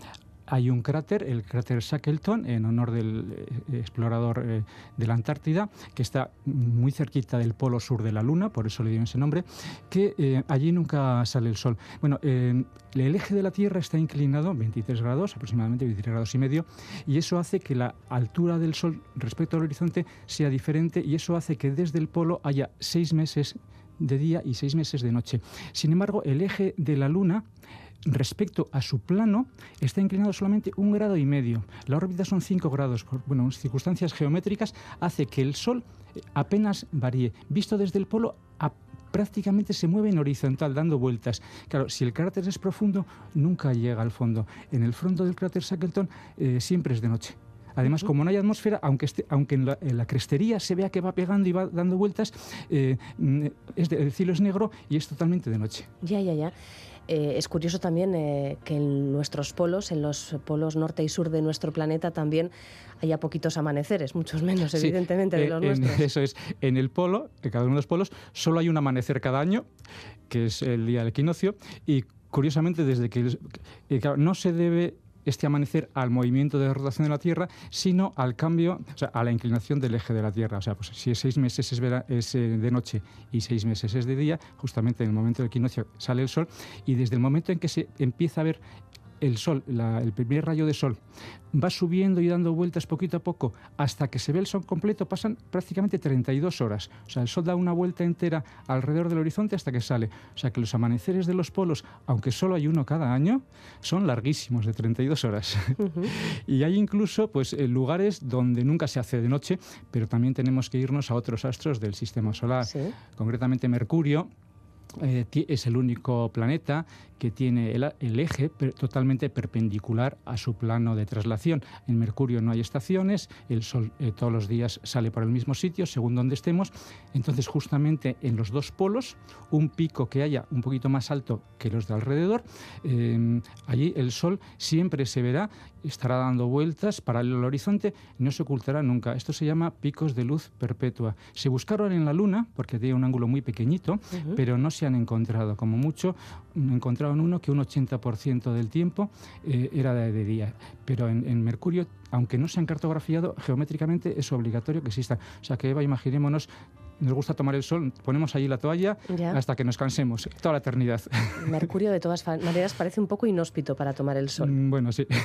hay un cráter, el cráter Shackleton, en honor del eh, explorador eh, de la Antártida, que está muy cerquita del polo sur de la Luna, por eso le dieron ese nombre, que eh, allí nunca sale el sol. Bueno, eh, el eje de la Tierra está inclinado veintitrés grados, aproximadamente veintitrés grados y medio, y eso hace que la altura del sol respecto al horizonte sea diferente, y eso hace que desde el polo haya seis meses de día y seis meses de noche. Sin embargo, el eje de la Luna, respecto a su plano, está inclinado solamente un grado y medio. La órbita son cinco grados. Por bueno, circunstancias geométricas hace que el Sol apenas varíe. Visto desde el polo, a, prácticamente se mueve en horizontal, dando vueltas. Claro, si el cráter es profundo, nunca llega al fondo. En el fondo del cráter Shackleton eh, siempre es de noche. Además, como no hay atmósfera, aunque, esté, aunque en, la, en la crestería se vea que va pegando y va dando vueltas, eh, es de, el cielo es negro y es totalmente de noche. Ya, ya, ya. Eh, es curioso también eh, que en nuestros polos, en los polos norte y sur de nuestro planeta, también haya poquitos amaneceres, muchos menos, sí, evidentemente, de eh, los en, nuestros. Eso es. En el polo, en cada uno de los polos, solo hay un amanecer cada año, que es el día del equinoccio, y curiosamente, desde que eh, claro, no se debe este amanecer al movimiento de rotación de la Tierra, sino al cambio, o sea, a la inclinación del eje de la Tierra. O sea, pues si seis meses es, vera, es eh, de noche y seis meses es de día, justamente en el momento del equinoccio sale el sol, y desde el momento en que se empieza a ver el sol, la, el primer rayo de sol, va subiendo y dando vueltas poquito a poco hasta que se ve el sol completo, pasan prácticamente treinta y dos horas. O sea, el sol da una vuelta entera alrededor del horizonte hasta que sale. O sea, que los amaneceres de los polos, aunque solo hay uno cada año, son larguísimos, de treinta y dos horas. Uh-huh. Y hay incluso pues, lugares donde nunca se hace de noche, pero también tenemos que irnos a otros astros del sistema solar. ¿Sí? Concretamente Mercurio, eh, es el único planeta que tiene el, el eje per, totalmente perpendicular a su plano de traslación. En Mercurio no hay estaciones, el Sol eh, todos los días sale por el mismo sitio, según donde estemos. Entonces, justamente en los dos polos, un pico que haya un poquito más alto que los de alrededor, eh, allí el Sol siempre se verá, estará dando vueltas paralelo al horizonte, no se ocultará nunca. Esto se llama picos de luz perpetua. Se buscaron en la Luna, porque tiene un ángulo muy pequeñito, uh-huh. pero no se han encontrado. Como mucho, encontraron uno que un ochenta por ciento del tiempo eh, era de, de día. Pero en, en Mercurio, aunque no se han cartografiado, geométricamente es obligatorio que existan. O sea que, Eva, imaginémonos, nos gusta tomar el sol, ponemos allí la toalla ya. hasta que nos cansemos, toda la eternidad. Mercurio, de todas maneras, parece un poco inhóspito para tomar el sol. Mm, bueno, sí.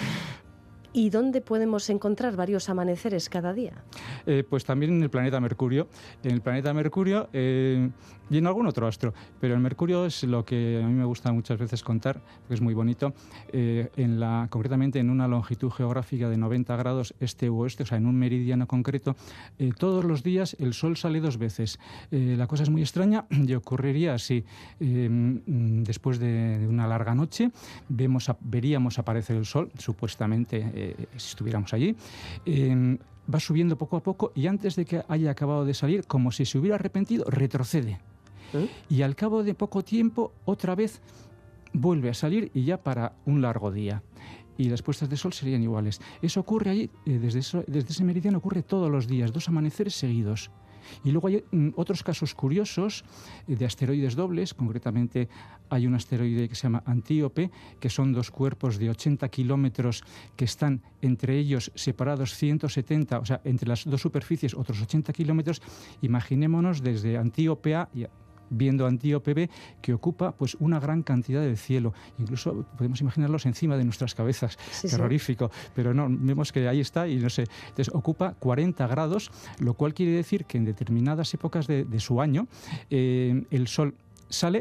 ¿Y dónde podemos encontrar varios amaneceres cada día? Eh, pues también en el planeta Mercurio. En el planeta Mercurio eh, y en algún otro astro. Pero el Mercurio es lo que a mí me gusta muchas veces contar, porque es muy bonito. Eh, en la, concretamente en una longitud geográfica de noventa grados este u oeste, o sea, en un meridiano concreto, eh, todos los días el Sol sale dos veces. Eh, la cosa es muy extraña y ocurriría así. Eh, después de, de una larga noche, vemos a, veríamos aparecer el Sol, supuestamente, eh, si estuviéramos allí, eh, va subiendo poco a poco y antes de que haya acabado de salir, como si se hubiera arrepentido, retrocede. ¿Eh? Y al cabo de poco tiempo, otra vez vuelve a salir y ya para un largo día. Y las puestas de sol serían iguales. Eso ocurre allí, eh, desde, eso, desde ese meridiano ocurre todos los días, dos amaneceres seguidos. Y luego hay mm, otros casos curiosos eh, de asteroides dobles. Concretamente hay un asteroide que se llama Antíope, que son dos cuerpos de ochenta kilómetros que están entre ellos separados ciento setenta, o sea, entre las dos superficies otros ochenta kilómetros. Imaginémonos desde Antíope A y viendo Antíope B, que ocupa pues una gran cantidad del cielo. Incluso podemos imaginarlos encima de nuestras cabezas. Sí, terrorífico. Sí. Pero no, vemos que ahí está y no sé. Entonces ocupa cuarenta grados, lo cual quiere decir que en determinadas épocas de, de su año eh, el Sol sale,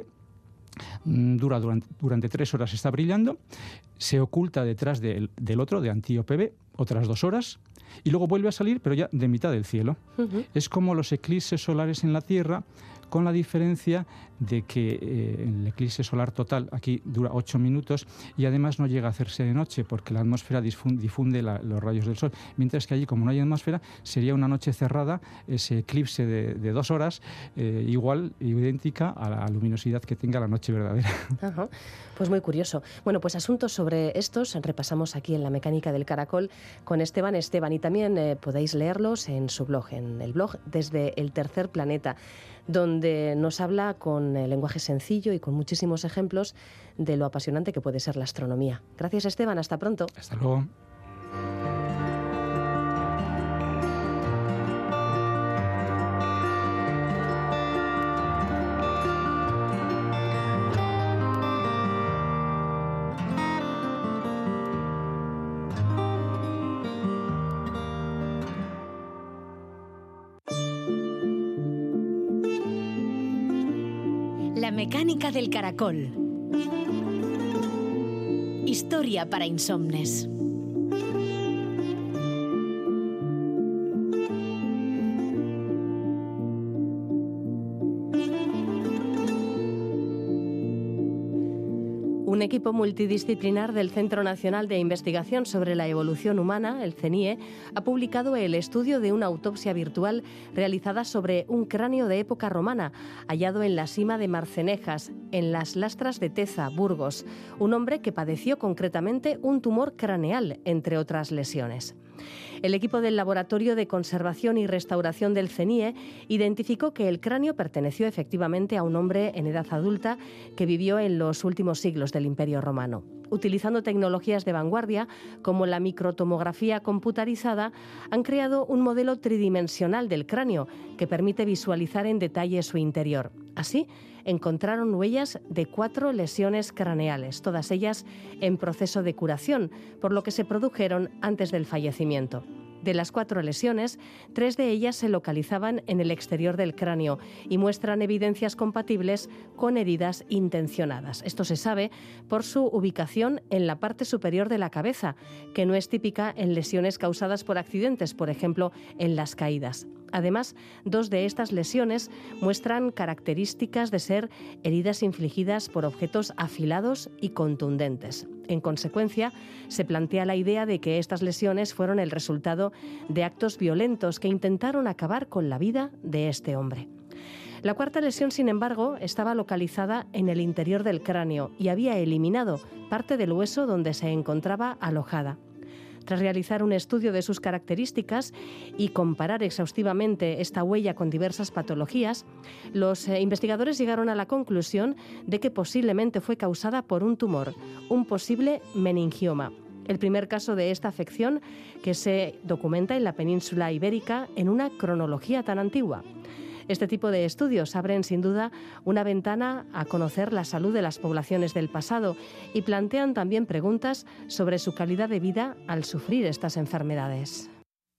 dura durante, durante tres horas, está brillando, se oculta detrás del, del otro, de Antíope B, otras dos horas, y luego vuelve a salir, pero ya de mitad del cielo. Uh-huh. Es como los eclipses solares en la Tierra, con la diferencia de que eh, el eclipse solar total aquí dura ocho minutos y además no llega a hacerse de noche porque la atmósfera difunde, difunde la, los rayos del sol, mientras que allí, como no hay atmósfera, sería una noche cerrada, ese eclipse de, de dos horas, eh, igual, idéntica a la luminosidad que tenga la noche verdadera. Ajá. Pues muy curioso. Bueno, pues asuntos sobre estos repasamos aquí en La Mecánica del Caracol con Esteban Esteban y también eh, podéis leerlos en su blog, en el blog Desde el Tercer Planeta, donde nos habla con lenguaje sencillo y con muchísimos ejemplos de lo apasionante que puede ser la astronomía. Gracias, Esteban. Hasta pronto. Hasta luego. La Mecánica del Caracol. Historia para insomnes. Un equipo multidisciplinar del Centro Nacional de Investigación sobre la Evolución Humana, el CENIE, ha publicado el estudio de una autopsia virtual realizada sobre un cráneo de época romana, hallado en la sima de Marcenejas, en las Lastras de Teza, Burgos. Un hombre que padeció concretamente un tumor craneal, entre otras lesiones. El equipo del Laboratorio de Conservación y Restauración del CENIE identificó que el cráneo perteneció efectivamente a un hombre en edad adulta que vivió en los últimos siglos del Imperio Romano. Utilizando tecnologías de vanguardia, como la microtomografía computarizada, han creado un modelo tridimensional del cráneo que permite visualizar en detalle su interior. Así, encontraron huellas de cuatro lesiones craneales, todas ellas en proceso de curación, por lo que se produjeron antes del fallecimiento. De las cuatro lesiones, tres de ellas se localizaban en el exterior del cráneo y muestran evidencias compatibles con heridas intencionadas. Esto se sabe por su ubicación en la parte superior de la cabeza, que no es típica en lesiones causadas por accidentes, por ejemplo, en las caídas. Además, dos de estas lesiones muestran características de ser heridas infligidas por objetos afilados y contundentes. En consecuencia, se plantea la idea de que estas lesiones fueron el resultado de actos violentos que intentaron acabar con la vida de este hombre. La cuarta lesión, sin embargo, estaba localizada en el interior del cráneo y había eliminado parte del hueso donde se encontraba alojada. Tras realizar un estudio de sus características y comparar exhaustivamente esta huella con diversas patologías, los eh, investigadores llegaron a la conclusión de que posiblemente fue causada por un tumor, un posible meningioma. El primer caso de esta afección que se documenta en la península ibérica en una cronología tan antigua. Este tipo de estudios abren sin duda una ventana a conocer la salud de las poblaciones del pasado y plantean también preguntas sobre su calidad de vida al sufrir estas enfermedades.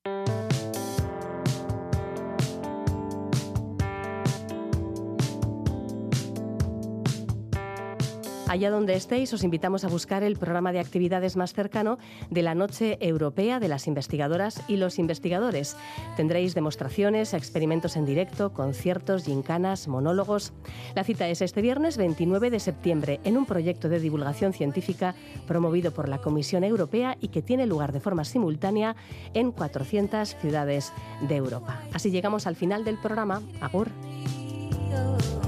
Allá donde estéis, os invitamos a buscar el programa de actividades más cercano de la Noche Europea de las Investigadoras y los Investigadores. Tendréis demostraciones, experimentos en directo, conciertos, gincanas, monólogos. La cita es este viernes veintinueve de septiembre en un proyecto de divulgación científica promovido por la Comisión Europea y que tiene lugar de forma simultánea en cuatrocientas ciudades de Europa. Así llegamos al final del programa. Agur.